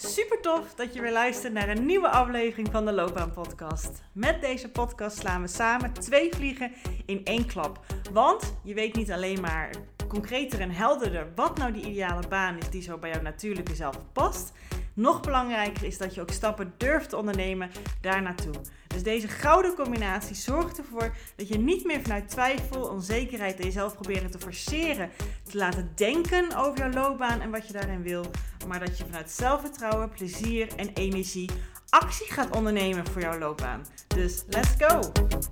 Super tof dat je weer luistert naar een nieuwe aflevering van de Loopbaanpodcast. Met deze podcast slaan we samen 2 vliegen in 1 klap. Want je weet niet alleen maar concreter en helderder wat nou die ideale baan is die zo bij jouw natuurlijke zelf past. Nog belangrijker is dat je ook stappen durft te ondernemen daar naartoe. Dus deze gouden combinatie zorgt ervoor dat je niet meer vanuit twijfel, onzekerheid en jezelf proberen te forceren, te laten denken over jouw loopbaan en wat je daarin wil. Maar dat je vanuit zelfvertrouwen, plezier en energie actie gaat ondernemen voor jouw loopbaan. Dus let's go!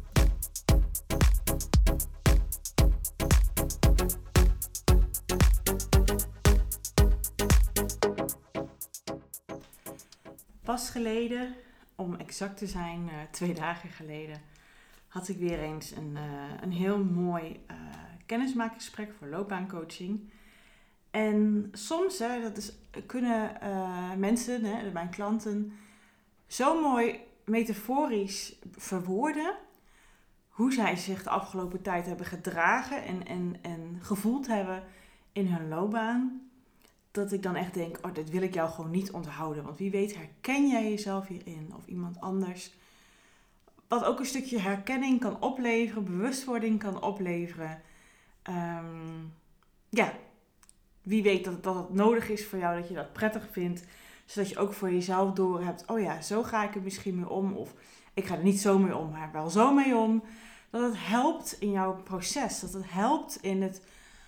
Pas geleden, om exact te zijn 2 dagen geleden, had ik weer eens een heel mooi kennismakingsgesprek voor loopbaancoaching. En soms kunnen mensen, mijn klanten, zo mooi metaforisch verwoorden hoe zij zich de afgelopen tijd hebben gedragen en gevoeld hebben in hun loopbaan. Dat ik dan echt denk, dit wil ik jou gewoon niet onthouden. Want wie weet herken jij jezelf hierin of iemand anders. Wat ook een stukje herkenning kan opleveren, bewustwording kan opleveren. Wie weet dat het nodig is voor jou, dat je dat prettig vindt. Zodat je ook voor jezelf doorhebt, zo ga ik er misschien mee om. Of ik ga er niet zo mee om, maar wel zo mee om. Dat het helpt in jouw proces. Dat het helpt in het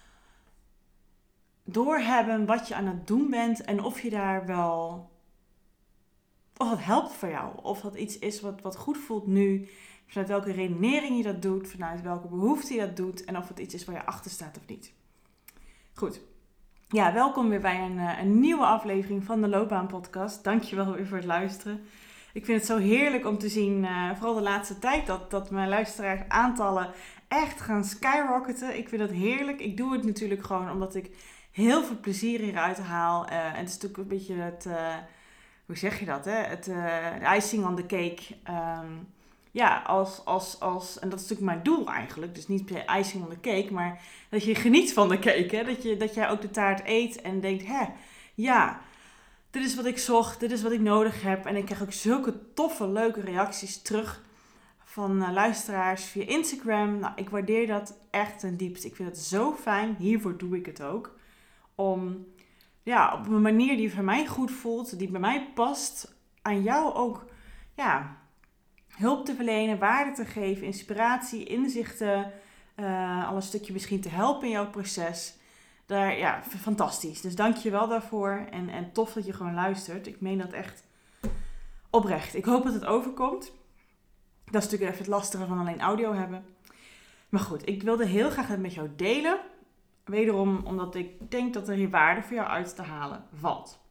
doorhebben wat je aan het doen bent. En of je daar wel, of het helpt voor jou. Of dat iets is wat goed voelt nu. Vanuit welke redenering je dat doet. Vanuit welke behoefte je dat doet. En of het iets is waar je achter staat of niet. Goed. Ja, welkom weer bij een nieuwe aflevering van de Loopbaanpodcast. Dankjewel weer voor het luisteren. Ik vind het zo heerlijk om te zien, vooral de laatste tijd, dat mijn luisteraarsaantallen echt gaan skyrocketen. Ik vind dat heerlijk. Ik doe het natuurlijk gewoon omdat ik heel veel plezier hieruit haal. En het is natuurlijk een beetje het, hoe zeg je dat, hè? De icing on the cake. En dat is natuurlijk mijn doel eigenlijk. Dus niet per icing on the cake, maar dat je geniet van de cake. Hè? Dat jij ook de taart eet en denkt, dit is wat ik zocht, dit is wat ik nodig heb. En ik krijg ook zulke toffe, leuke reacties terug van luisteraars via Instagram. Nou, ik waardeer dat echt ten diepste. Ik vind het zo fijn, hiervoor doe ik het ook. Om op een manier die voor mij goed voelt, die bij mij past, aan jou ook hulp te verlenen, waarde te geven, inspiratie, inzichten, al een stukje misschien te helpen in jouw proces. Fantastisch. Dus dank je wel daarvoor en tof dat je gewoon luistert. Ik meen dat echt oprecht. Ik hoop dat het overkomt. Dat is natuurlijk even het lastige van alleen audio hebben. Maar goed, ik wilde heel graag het met jou delen. Wederom omdat ik denk dat er hier waarde voor jou uit te halen valt.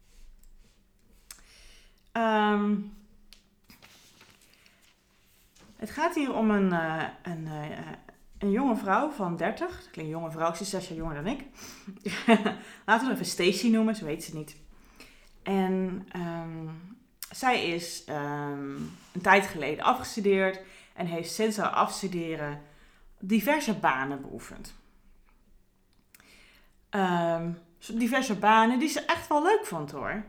Het gaat hier om een jonge vrouw van 30. Dat klinkt jonge vrouw, ze is 6 jaar jonger dan ik. Laten we haar even Stacy noemen, zo weet ze niet. En zij is een tijd geleden afgestudeerd en heeft sinds haar afstuderen diverse banen beoefend. Diverse banen die ze echt wel leuk vond hoor.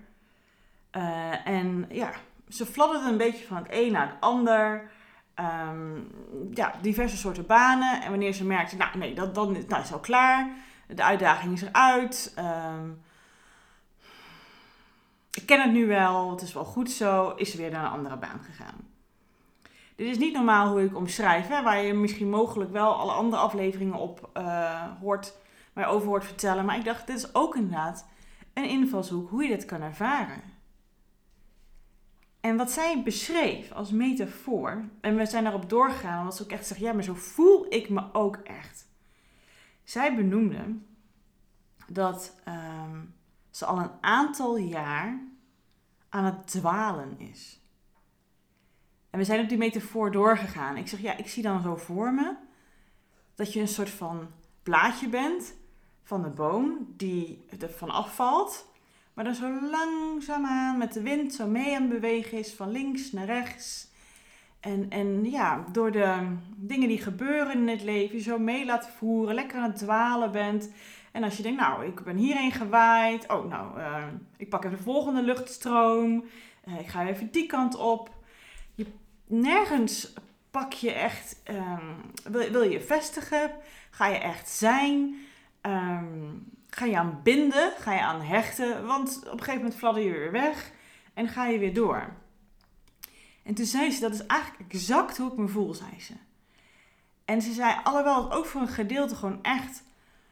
Ze fladderde een beetje van het een naar het ander. Diverse soorten banen. En wanneer ze merkte, dan is het al klaar. De uitdaging is eruit. Ik ken het nu wel, het is wel goed zo. Is ze weer naar een andere baan gegaan. Dit is niet normaal hoe ik omschrijf. Hè, waar je misschien mogelijk wel alle andere afleveringen op over hoort vertellen. Maar ik dacht, dit is ook inderdaad een invalshoek hoe je dit kan ervaren. En wat zij beschreef als metafoor, en we zijn daarop doorgegaan, omdat ze ook echt zegt, maar zo voel ik me ook echt. Zij benoemde dat ze al een aantal jaar aan het dwalen is. En we zijn op die metafoor doorgegaan. Ik zeg, ik zie dan zo voor me dat je een soort van blaadje bent van de boom die er van afvalt. Maar dan zo langzaamaan met de wind zo mee aan het bewegen is van links naar rechts. En door de dingen die gebeuren in het leven je zo mee laat voeren, lekker aan het dwalen bent. En als je denkt, nou, ik ben hierheen gewaaid. Ik pak even de volgende luchtstroom. Ik ga even die kant op. Nergens pak je echt, wil je vestigen? Ga je echt zijn? Ga je aan binden? Ga je aan hechten? Want op een gegeven moment fladder je weer weg en ga je weer door. En toen zei ze, dat is eigenlijk exact hoe ik me voel, zei ze. En ze zei, alhoewel het ook voor een gedeelte gewoon echt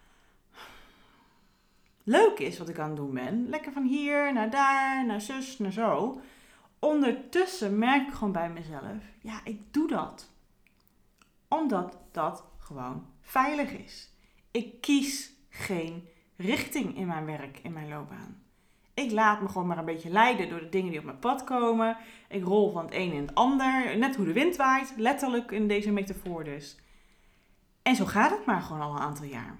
leuk is wat ik aan het doen ben. Lekker van hier naar daar, naar zus, naar zo. Ondertussen merk ik gewoon bij mezelf, ja, ik doe dat. Omdat dat gewoon veilig is. Ik kies geen richting in mijn werk, in mijn loopbaan. Ik laat me gewoon maar een beetje leiden door de dingen die op mijn pad komen. Ik rol van het een in het ander, net hoe de wind waait, letterlijk in deze metafoor dus. En zo gaat het maar gewoon al een aantal jaar.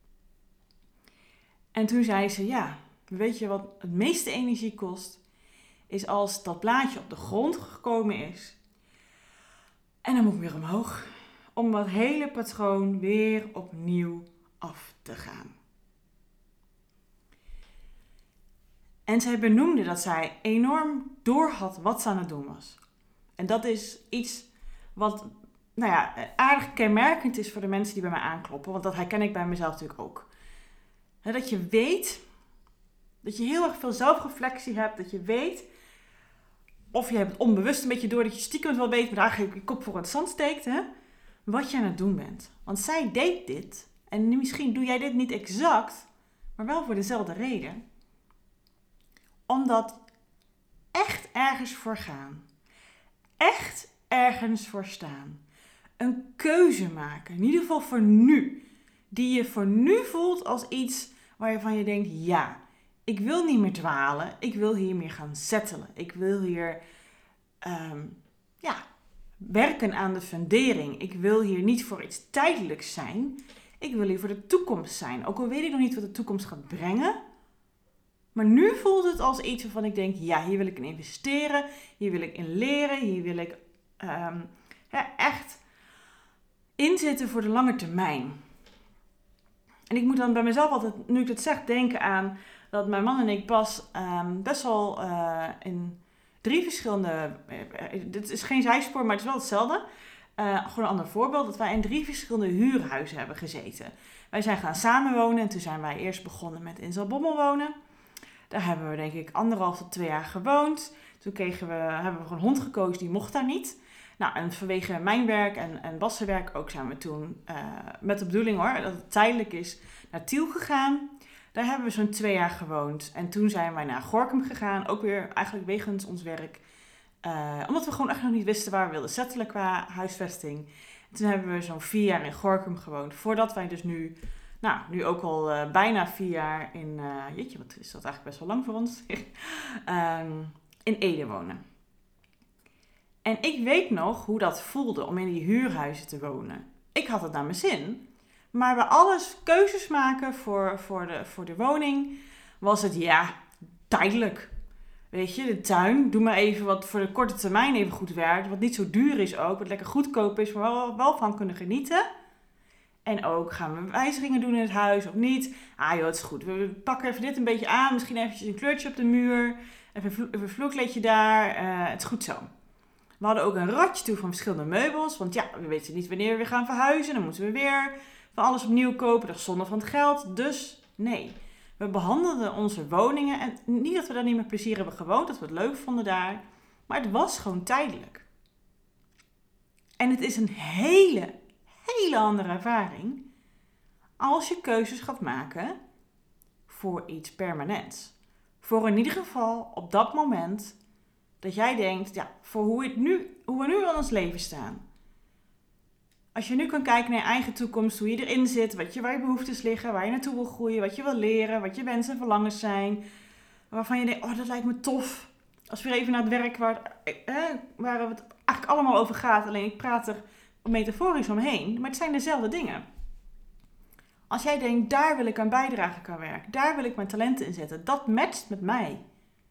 En toen zei ze, ja, weet je wat het meeste energie kost? Is als dat blaadje op de grond gekomen is. En dan moet ik weer omhoog. Om dat hele patroon weer opnieuw af te gaan. En zij benoemde dat zij enorm doorhad wat ze aan het doen was. En dat is iets wat aardig kenmerkend is voor de mensen die bij mij aankloppen. Want dat herken ik bij mezelf natuurlijk ook. Dat je weet, dat je heel erg veel zelfreflectie hebt. Dat je weet, of je hebt het onbewust een beetje door dat je stiekem het wel weet, maar eigenlijk je kop voor het zand steekt. Wat je aan het doen bent. Want zij deed dit. En misschien doe jij dit niet exact, maar wel voor dezelfde reden. Omdat echt ergens voor gaan. Echt ergens voor staan. Een keuze maken. In ieder geval voor nu. Die je voor nu voelt als iets waarvan je denkt, ja, ik wil niet meer dwalen. Ik wil hier meer gaan settelen. Ik wil hier werken aan de fundering. Ik wil hier niet voor iets tijdelijks zijn. Ik wil hier voor de toekomst zijn. Ook al weet ik nog niet wat de toekomst gaat brengen. Maar nu voelt het als iets waarvan ik denk, ja, hier wil ik in investeren. Hier wil ik in leren. Hier wil ik echt inzitten voor de lange termijn. En ik moet dan bij mezelf altijd, nu ik dat zeg, denken aan dat mijn man en ik pas best wel in 3 verschillende... dit is geen zijspoor, maar het is wel hetzelfde. Gewoon een ander voorbeeld. Dat wij in 3 verschillende huurhuizen hebben gezeten. Wij zijn gaan samenwonen. En toen zijn wij eerst begonnen met in Zaltbommel wonen. Daar hebben we denk ik 1,5 tot 2 jaar gewoond. Toen hebben we een hond gekozen, die mocht daar niet. Nou, en vanwege mijn werk en Bas' werk ook zijn we toen met de bedoeling dat het tijdelijk is naar Tiel gegaan. Daar hebben we zo'n 2 jaar gewoond. En toen zijn wij naar Gorinchem gegaan. Ook weer eigenlijk wegens ons werk. Omdat we gewoon echt nog niet wisten waar we wilden settelen qua huisvesting. En toen hebben we zo'n 4 jaar in Gorinchem gewoond. Voordat wij dus nu ook al bijna 4 jaar in... jeetje, wat is dat eigenlijk best wel lang voor ons. In Ede wonen. En ik weet nog hoe dat voelde om in die huurhuizen te wonen. Ik had het naar mijn zin. Maar bij alles keuzes maken voor de woning was het tijdelijk. Weet je, de tuin, doe maar even wat voor de korte termijn even goed werkt. Wat niet zo duur is ook, wat lekker goedkoop is, maar we wel van kunnen genieten. En ook gaan we wijzigingen doen in het huis of niet. Het is goed. We pakken even dit een beetje aan. Misschien eventjes een kleurtje op de muur. Even een vloerkleedje daar. Het is goed zo. We hadden ook een ratje toe van verschillende meubels. Want we weten niet wanneer we weer gaan verhuizen. Dan moeten we weer van alles opnieuw kopen. Dat is zonde van het geld. Dus nee. We behandelden onze woningen. En niet dat we daar niet met plezier hebben gewoond. Dat we het leuk vonden daar. Maar het was gewoon tijdelijk. En het is een hele andere ervaring. Als je keuzes gaat maken voor iets permanents. Voor in ieder geval op dat moment dat jij denkt, voor hoe we nu in ons leven staan. Als je nu kan kijken naar je eigen toekomst, hoe je erin zit, waar je behoeftes liggen, waar je naartoe wil groeien, wat je wil leren, wat je wensen en verlangens zijn. Waarvan je denkt, dat lijkt me tof. Als we weer even naar het werk waar het eigenlijk allemaal over gaat. Alleen ik praat er metaforisch omheen, maar het zijn dezelfde dingen. Als jij denkt, daar wil ik aan bijdragen qua werk, daar wil ik mijn talenten in zetten, dat matcht met mij.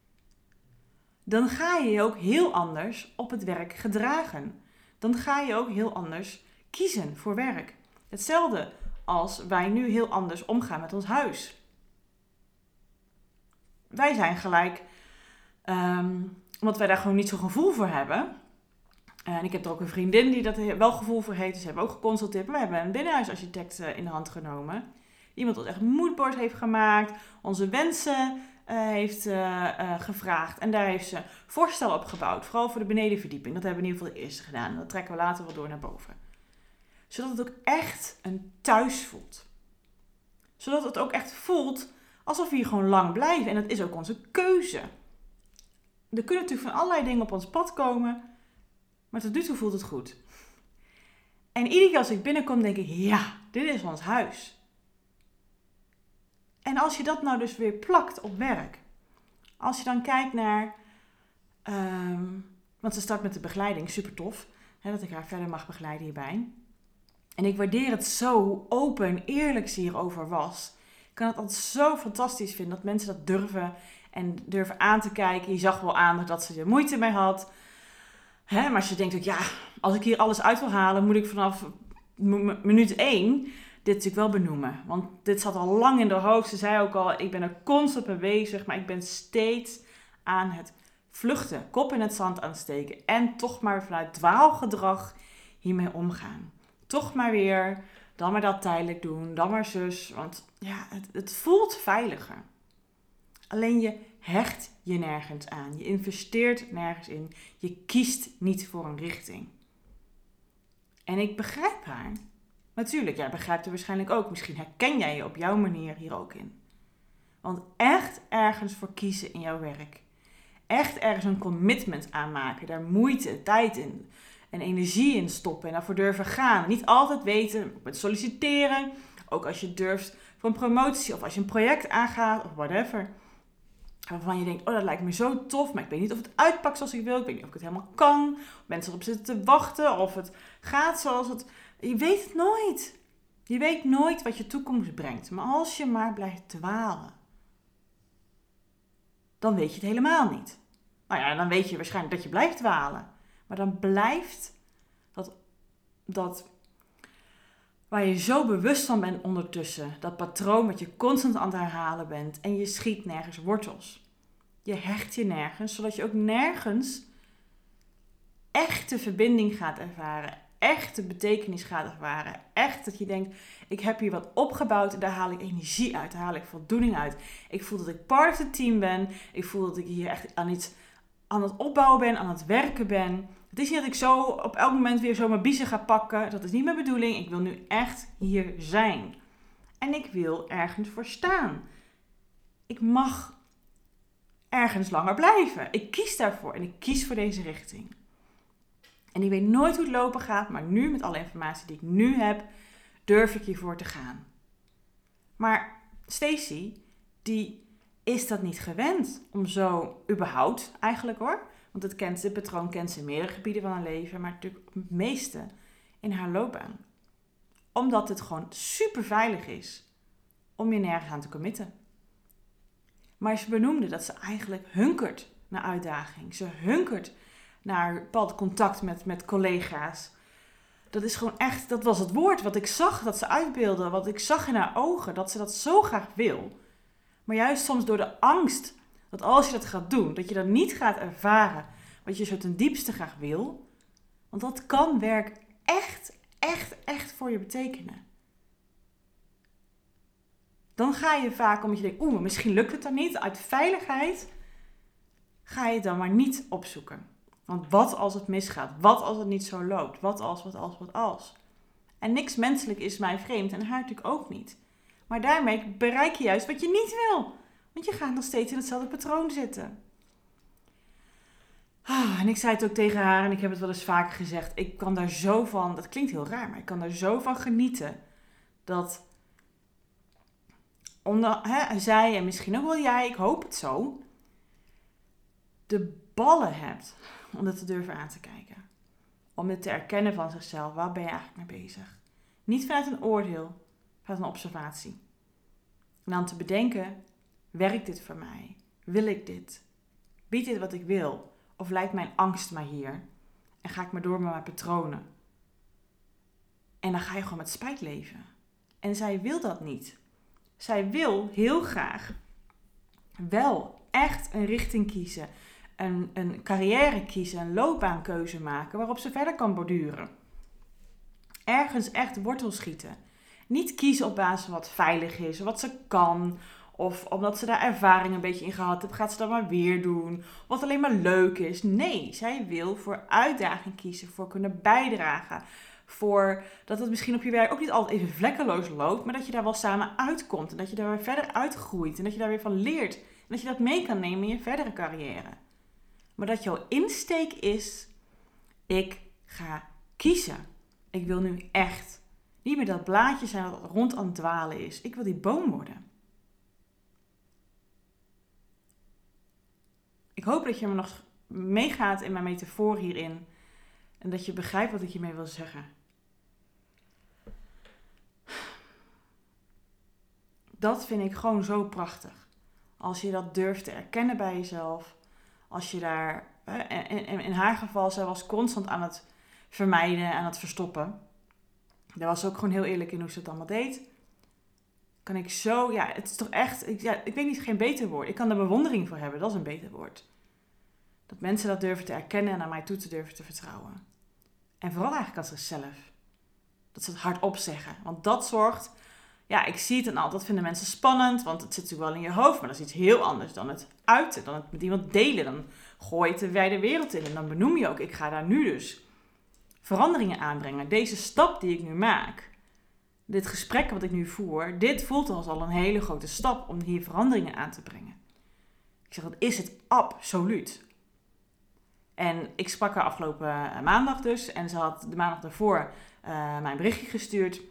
Dan ga je je ook heel anders op het werk gedragen. Dan ga je ook heel anders kiezen voor werk. Hetzelfde als wij nu heel anders omgaan met ons huis. Wij zijn gelijk, omdat wij daar gewoon niet zo'n gevoel voor hebben. En ik heb er ook een vriendin die dat wel gevoel voor heeft. Dus ze hebben ook geconsulteerd. Maar we hebben een binnenhuisarchitect in de hand genomen. Iemand ons echt een moodboard heeft gemaakt. Onze wensen heeft gevraagd. En daar heeft ze voorstellen op gebouwd. Vooral voor de benedenverdieping. Dat hebben we in ieder geval de eerste gedaan. En dat trekken we later wel door naar boven. Zodat het ook echt een thuis voelt. Zodat het ook echt voelt alsof we hier gewoon lang blijven. En dat is ook onze keuze. Er kunnen natuurlijk van allerlei dingen op ons pad komen. Maar tot nu toe voelt het goed. En iedere keer als ik binnenkom denk ik, ja, dit is ons huis. En als je dat nou dus weer plakt op werk. Als je dan kijkt naar, want ze start met de begeleiding, super tof. Hè, dat ik haar verder mag begeleiden hierbij. En ik waardeer het zo hoe open en eerlijk ze hierover was. Ik kan het altijd zo fantastisch vinden dat mensen dat durven en durven aan te kijken. Je zag wel aan dat ze er moeite mee had. Hè, maar als je denkt ook, ja, als ik hier alles uit wil halen, moet ik vanaf minuut 1 dit natuurlijk wel benoemen. Want dit zat al lang in de hoofd. Ze zei ook al, ik ben er constant mee bezig, maar ik ben steeds aan het vluchten. Kop in het zand aan het steken. En toch maar vanuit dwaalgedrag hiermee omgaan. Toch maar weer, dan maar dat tijdelijk doen, dan maar zus. Want ja, het voelt veiliger. Alleen je hecht je nergens aan. Je investeert nergens in. Je kiest niet voor een richting. En ik begrijp haar. Natuurlijk, jij begrijpt er waarschijnlijk ook. Misschien herken jij je op jouw manier hier ook in. Want echt ergens voor kiezen in jouw werk. Echt ergens een commitment aanmaken. Daar moeite, tijd in en energie in stoppen. En daarvoor durven gaan. Niet altijd weten, met solliciteren. Ook als je durft voor een promotie of als je een project aangaat of whatever. Waarvan je denkt, oh dat lijkt me zo tof, maar ik weet niet of het uitpakt zoals ik wil. Ik weet niet of ik het helemaal kan. Of mensen erop zitten te wachten. Of het gaat zoals het... Je weet het nooit. Je weet nooit wat je toekomst brengt. Maar als je maar blijft dwalen, dan weet je het helemaal niet. Nou ja, dan weet je waarschijnlijk dat je blijft dwalen. Maar dan blijft dat waar je zo bewust van bent ondertussen. Dat patroon wat je constant aan het herhalen bent. En je schiet nergens wortels. Je hecht je nergens, zodat je ook nergens echte verbinding gaat ervaren. Echte betekenis gaat ervaren. Echt dat je denkt, ik heb hier wat opgebouwd en daar haal ik energie uit. Daar haal ik voldoening uit. Ik voel dat ik part of the team ben. Ik voel dat ik hier echt aan het opbouwen ben, aan het werken ben. Het is niet dat ik zo op elk moment weer zo mijn biezen ga pakken. Dat is niet mijn bedoeling. Ik wil nu echt hier zijn. En ik wil ergens voor staan. Ik mag ergens langer blijven. Ik kies daarvoor en ik kies voor deze richting. En ik weet nooit hoe het lopen gaat, maar nu met alle informatie die ik nu heb, durf ik hiervoor te gaan. Maar Stacey, die is dat niet gewend om zo überhaupt eigenlijk hoor. Want dit patroon kent ze in meerdere gebieden van haar leven, maar natuurlijk het meeste in haar loopbaan. Omdat het gewoon super veilig is om je nergens aan te committen. Maar ze benoemde dat ze eigenlijk hunkert naar uitdaging. Ze hunkert naar bepaald contact met collega's. Dat is gewoon echt, dat was het woord wat ik zag dat ze uitbeelde. Wat ik zag in haar ogen, dat ze dat zo graag wil. Maar juist soms door de angst, dat als je dat gaat doen, dat je dan niet gaat ervaren wat je zo ten diepste graag wil. Want dat kan werk echt voor je betekenen. Dan ga je vaak, omdat je denkt, misschien lukt het dan niet, uit veiligheid, ga je het dan maar niet opzoeken. Want wat als het misgaat? Wat als het niet zo loopt? Wat als? En niks menselijk is mij vreemd en haar natuurlijk ook niet. Maar daarmee bereik je juist wat je niet wil. Want je gaat nog steeds in hetzelfde patroon zitten. En ik zei het ook tegen haar en ik heb het wel eens vaker gezegd. Ik kan daar zo van, dat klinkt heel raar, maar ik kan daar zo van genieten. Dat zij en misschien ook wel jij, ik hoop het zo, de ballen hebt om dat te durven aan te kijken. Om het te erkennen van zichzelf. Waar ben je eigenlijk mee bezig? Niet vanuit een oordeel, vanuit een observatie. En dan te bedenken, werkt dit voor mij? Wil ik dit? Biedt dit wat ik wil? Of lijkt mijn angst maar hier? En ga ik maar door met mijn patronen? En dan ga je gewoon met spijt leven. En zij wil dat niet. Zij wil heel graag wel echt een richting kiezen. Een carrière kiezen, een loopbaankeuze maken waarop ze verder kan borduren. Ergens echt wortel schieten. Niet kiezen op basis van wat veilig is, wat ze kan. Of omdat ze daar ervaring een beetje in gehad heeft, gaat ze dat maar weer doen. Wat alleen maar leuk is. Nee, zij wil voor uitdaging kiezen, voor kunnen bijdragen. Voor dat het misschien op je werk ook niet altijd even vlekkeloos loopt, maar dat je daar wel samen uitkomt. En dat je daar weer verder uitgroeit. En dat je daar weer van leert. En dat je dat mee kan nemen in je verdere carrière. Maar dat jouw insteek is, ik ga kiezen. Ik wil nu echt niet meer dat blaadje zijn dat rond aan het dwalen is. Ik wil die boom worden. Ik hoop dat je me nog meegaat in mijn metafoor hierin. En dat je begrijpt wat ik hiermee wil zeggen. Dat vind ik gewoon zo prachtig. Als je dat durft te erkennen bij jezelf. Als je daar, in haar geval, zij was constant aan het vermijden, aan het verstoppen. Daar was ze ook gewoon heel eerlijk in hoe ze het allemaal deed. Kan ik zo, ja, het is toch echt, ik weet niet, geen beter woord. Ik kan er bewondering voor hebben, dat is een beter woord. Dat mensen dat durven te erkennen en naar mij toe te durven te vertrouwen. En vooral eigenlijk als zichzelf. Dat ze het hardop zeggen. Want dat zorgt, ja, ik zie het en al, dat vinden mensen spannend, want het zit natuurlijk wel in je hoofd, maar dat is iets heel anders dan het uiten, dan het met iemand delen. Dan gooi je het de wijde wereld in en dan benoem je ook, ik ga daar nu dus veranderingen aanbrengen. Deze stap die ik nu maak, dit gesprek wat ik nu voer, dit voelt als al een hele grote stap om hier veranderingen aan te brengen. Ik zeg, dat is het absoluut. En ik sprak haar afgelopen maandag dus. En ze had de maandag daarvoor mijn berichtje gestuurd.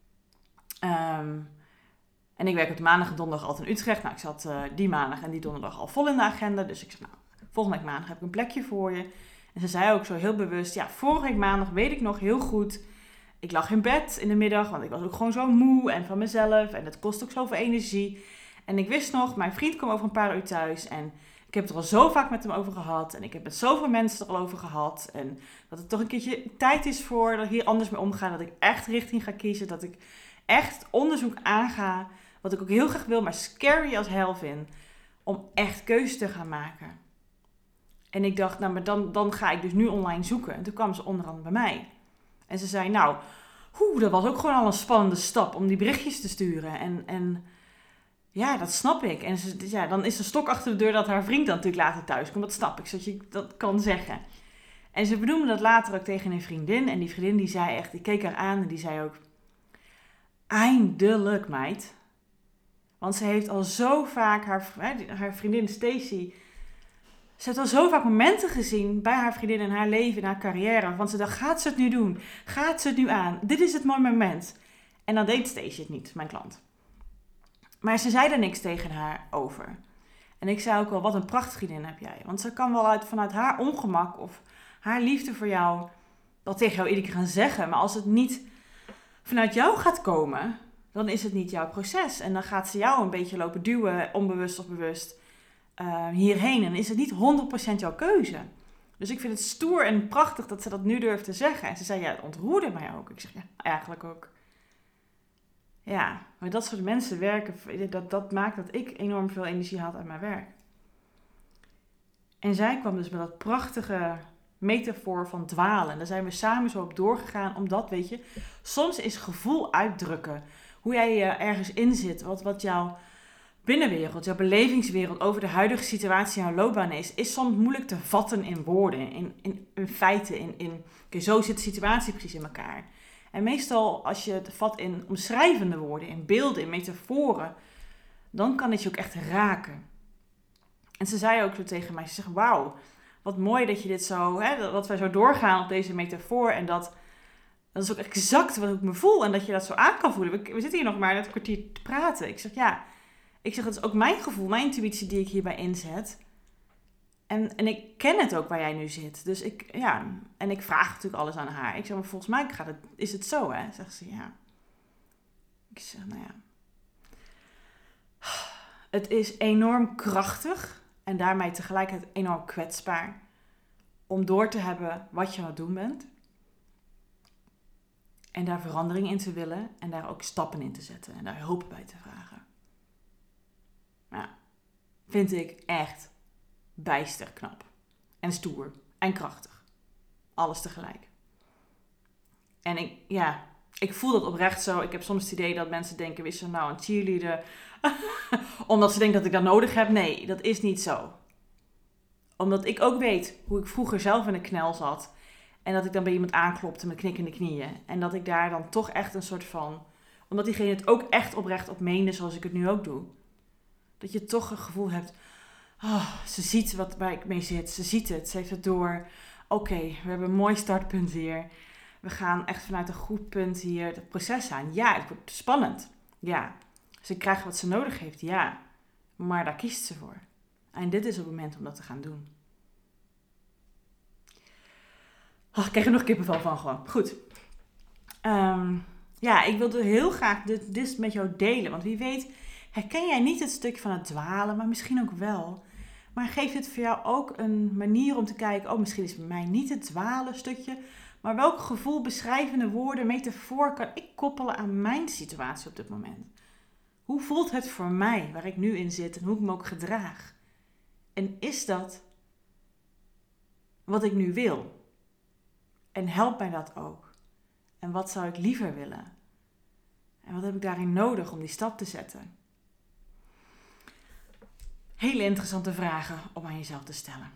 En ik werk op de maandag en donderdag altijd in Utrecht. Nou, ik zat die maandag en die donderdag al vol in de agenda. Dus ik zei, nou, volgende week maandag heb ik een plekje voor je. En ze zei ook zo heel bewust, ja, vorige week maandag weet ik nog heel goed. Ik lag in bed in de middag, want ik was ook gewoon zo moe en van mezelf. En het kost ook zoveel energie. En ik wist nog, mijn vriend kwam over een paar uur thuis en ik heb het er al zo vaak met hem over gehad. En ik heb met zoveel mensen er al over gehad. En dat het toch een keertje tijd is voor dat ik hier anders mee omga. Dat ik echt richting ga kiezen. Dat ik echt onderzoek aanga. Wat ik ook heel graag wil, maar scary als hell vind. Om echt keuzes te gaan maken. En ik dacht, nou, maar dan ga ik dus nu online zoeken. En toen kwam ze onder andere bij mij. En ze zei, nou, dat was ook gewoon al een spannende stap om die berichtjes te sturen. En ja, dat snap ik. En dan is er stok achter de deur dat haar vriend dan natuurlijk later thuis komt. Dat snap ik, zodat je dat kan zeggen. En ze benoemde dat later ook tegen een vriendin. En die vriendin die zei echt, ik keek haar aan en die zei ook, eindelijk meid. Want ze heeft al zo vaak, haar vriendin Stacy, ze heeft al zo vaak momenten gezien bij haar vriendin in haar leven, in haar carrière. Want ze dacht, gaat ze het nu doen? Gaat ze het nu aan? Dit is het mooie moment. En dan deed Stacy het niet, mijn klant. Maar ze zei er niks tegen haar over. En ik zei ook wel, wat een prachtige vriendin heb jij. Want ze kan wel vanuit haar ongemak of haar liefde voor jou dat tegen jou iedere keer gaan zeggen. Maar als het niet vanuit jou gaat komen, dan is het niet jouw proces. En dan gaat ze jou een beetje lopen duwen, onbewust of bewust, hierheen. En is het niet 100% jouw keuze. Dus ik vind het stoer en prachtig dat ze dat nu durft te zeggen. En ze zei, ja, het ontroerde mij ook. Ik zeg, ja, eigenlijk ook. Ja, maar dat soort mensen werken, dat maakt dat ik enorm veel energie had uit mijn werk. En zij kwam dus met dat prachtige metafoor van dwalen. En daar zijn we samen zo op doorgegaan, omdat, weet je, soms is gevoel uitdrukken. Hoe jij je ergens in zit, wat jouw binnenwereld, jouw belevingswereld over de huidige situatie in jouw loopbaan is soms moeilijk te vatten in woorden, in feiten, Oké, zo zit de situatie precies in elkaar. En meestal als je het vat in omschrijvende woorden, in beelden, in metaforen, dan kan het je ook echt raken. En ze zei ook zo tegen mij, ze zegt, wauw, wat mooi dat je dit zo, dat wij zo doorgaan op deze metafoor. En dat is ook exact wat ik me voel en dat je dat zo aan kan voelen. We zitten hier nog maar net een kwartier te praten. Ik zeg, ja, dat is ook mijn gevoel, mijn intuïtie die ik hierbij inzet. En ik ken het ook waar jij nu zit. Dus en ik vraag natuurlijk alles aan haar. Ik zeg, maar volgens mij is het zo, hè? Zegt ze, ja. Ik zeg, nou ja. Het is enorm krachtig en daarmee tegelijkertijd enorm kwetsbaar om door te hebben wat je aan het doen bent. En daar verandering in te willen en daar ook stappen in te zetten en daar hulp bij te vragen. Ja, vind ik echt bijster knap. En stoer en krachtig. Alles tegelijk. En ik voel dat oprecht zo. Ik heb soms het idee dat mensen denken, is er nou een cheerleader? Omdat ze denken dat ik dat nodig heb. Nee, dat is niet zo. Omdat ik ook weet hoe ik vroeger zelf in de knel zat. En dat ik dan bij iemand aanklopte met knikkende knieën. En dat ik daar dan toch echt een soort van... Omdat diegene het ook echt oprecht op meende zoals ik het nu ook doe. Dat je toch een gevoel hebt... Oh, ze ziet waar ik mee zit. Ze ziet het. Ze heeft het door. Oké, we hebben een mooi startpunt weer. We gaan echt vanuit een goed punt hier het proces aan. Ja, het wordt spannend. Ja. Ze krijgt wat ze nodig heeft. Ja. Maar daar kiest ze voor. En dit is het moment om dat te gaan doen. Oh, ik krijg er nog kippenvel van gewoon. Goed. Ik wilde heel graag dit met jou delen. Want wie weet herken jij niet het stukje van het dwalen, maar misschien ook wel. Maar geeft het voor jou ook een manier om te kijken, oh, misschien is het bij mij niet het dwalen stukje, maar welk gevoel, beschrijvende woorden, metafoor kan ik koppelen aan mijn situatie op dit moment? Hoe voelt het voor mij, waar ik nu in zit en hoe ik me ook gedraag? En is dat wat ik nu wil? En helpt mij dat ook? En wat zou ik liever willen? En wat heb ik daarin nodig om die stap te zetten? Hele interessante vragen om aan jezelf te stellen.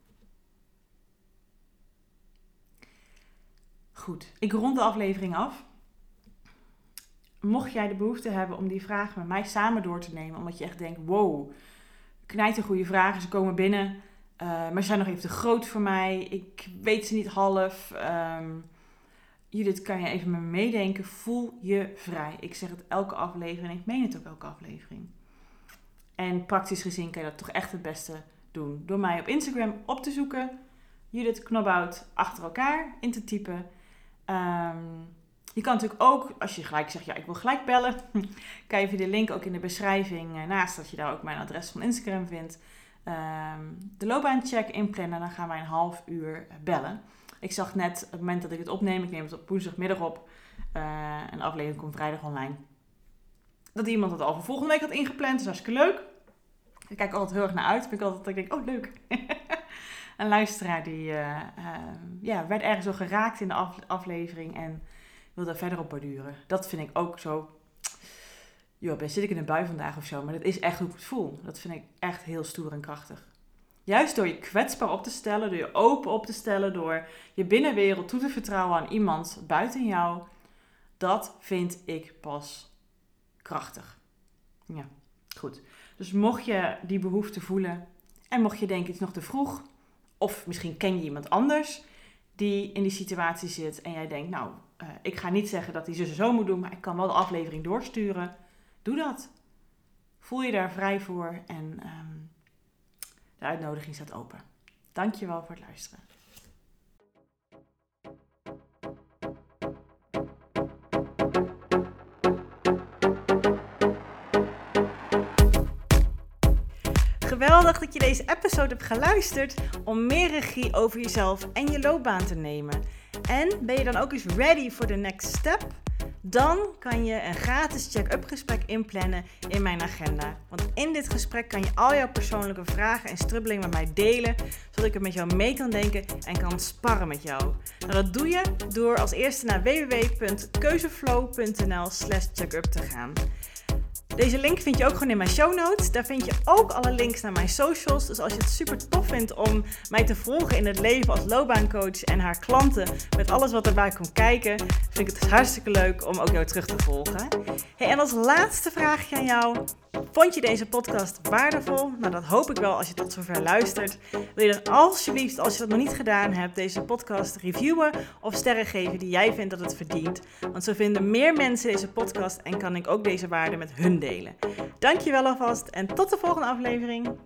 Goed, ik rond de aflevering af. Mocht jij de behoefte hebben om die vragen met mij samen door te nemen, omdat je echt denkt, wow, knijtergoeie vragen, ze komen binnen, maar ze zijn nog even te groot voor mij, ik weet ze niet half. Judith, kan je even met me meedenken? Voel je vrij. Ik zeg het elke aflevering en ik meen het ook elke aflevering. En praktisch gezien kan je dat toch echt het beste doen. Door mij op Instagram op te zoeken. Judith Knobhout achter elkaar in te typen. Je kan natuurlijk ook, als je gelijk zegt, ja, ik wil gelijk bellen. Kan je via de link ook in de beschrijving, naast dat je daar ook mijn adres van Instagram vindt, de loopbaancheck inplannen. Dan gaan wij een half uur bellen. Ik zag net, op het moment dat ik het opneem, ik neem het op woensdagmiddag op. En de aflevering komt vrijdag online. Dat iemand het al voor volgende week had ingepland. Dat is hartstikke leuk. Ik kijk altijd heel erg naar uit. Vind ik altijd dat ik denk, oh leuk. Een luisteraar die werd ergens zo geraakt in de aflevering en wil daar verder op borduren. Dat vind ik ook zo. Joh, zit ik in een bui vandaag of zo. Maar dat is echt hoe ik het voel. Dat vind ik echt heel stoer en krachtig. Juist door je kwetsbaar op te stellen, door je open op te stellen, door je binnenwereld toe te vertrouwen aan iemand buiten jou. Dat vind ik pas krachtig. Ja, goed. Dus mocht je die behoefte voelen en mocht je denken het is nog te vroeg, of misschien ken je iemand anders die in die situatie zit en jij denkt, nou, ik ga niet zeggen dat hij zus en zo moet doen, maar ik kan wel de aflevering doorsturen. Doe dat. Voel je daar vrij voor en de uitnodiging staat open. Dankjewel voor het luisteren. Geweldig dat je deze episode hebt geluisterd om meer regie over jezelf en je loopbaan te nemen. En ben je dan ook eens ready for the next step? Dan kan je een gratis check-up gesprek inplannen in mijn agenda. Want in dit gesprek kan je al jouw persoonlijke vragen en strubbelingen met mij delen, zodat ik er met jou mee kan denken en kan sparren met jou. Nou, dat doe je door als eerste naar www.keuzeflow.nl/checkup te gaan. Deze link vind je ook gewoon in mijn show notes. Daar vind je ook alle links naar mijn socials. Dus als je het super tof vindt om mij te volgen in het leven als loopbaancoach en haar klanten met alles wat erbij komt kijken, vind ik het hartstikke leuk om ook jou terug te volgen. Hey, en als laatste vraagje aan jou. Vond je deze podcast waardevol? Nou, dat hoop ik wel als je tot zover luistert. Wil je dan alsjeblieft, als je dat nog niet gedaan hebt, deze podcast reviewen of sterren geven die jij vindt dat het verdient? Want zo vinden meer mensen deze podcast en kan ik ook deze waarde met hun delen. Dankjewel alvast en tot de volgende aflevering.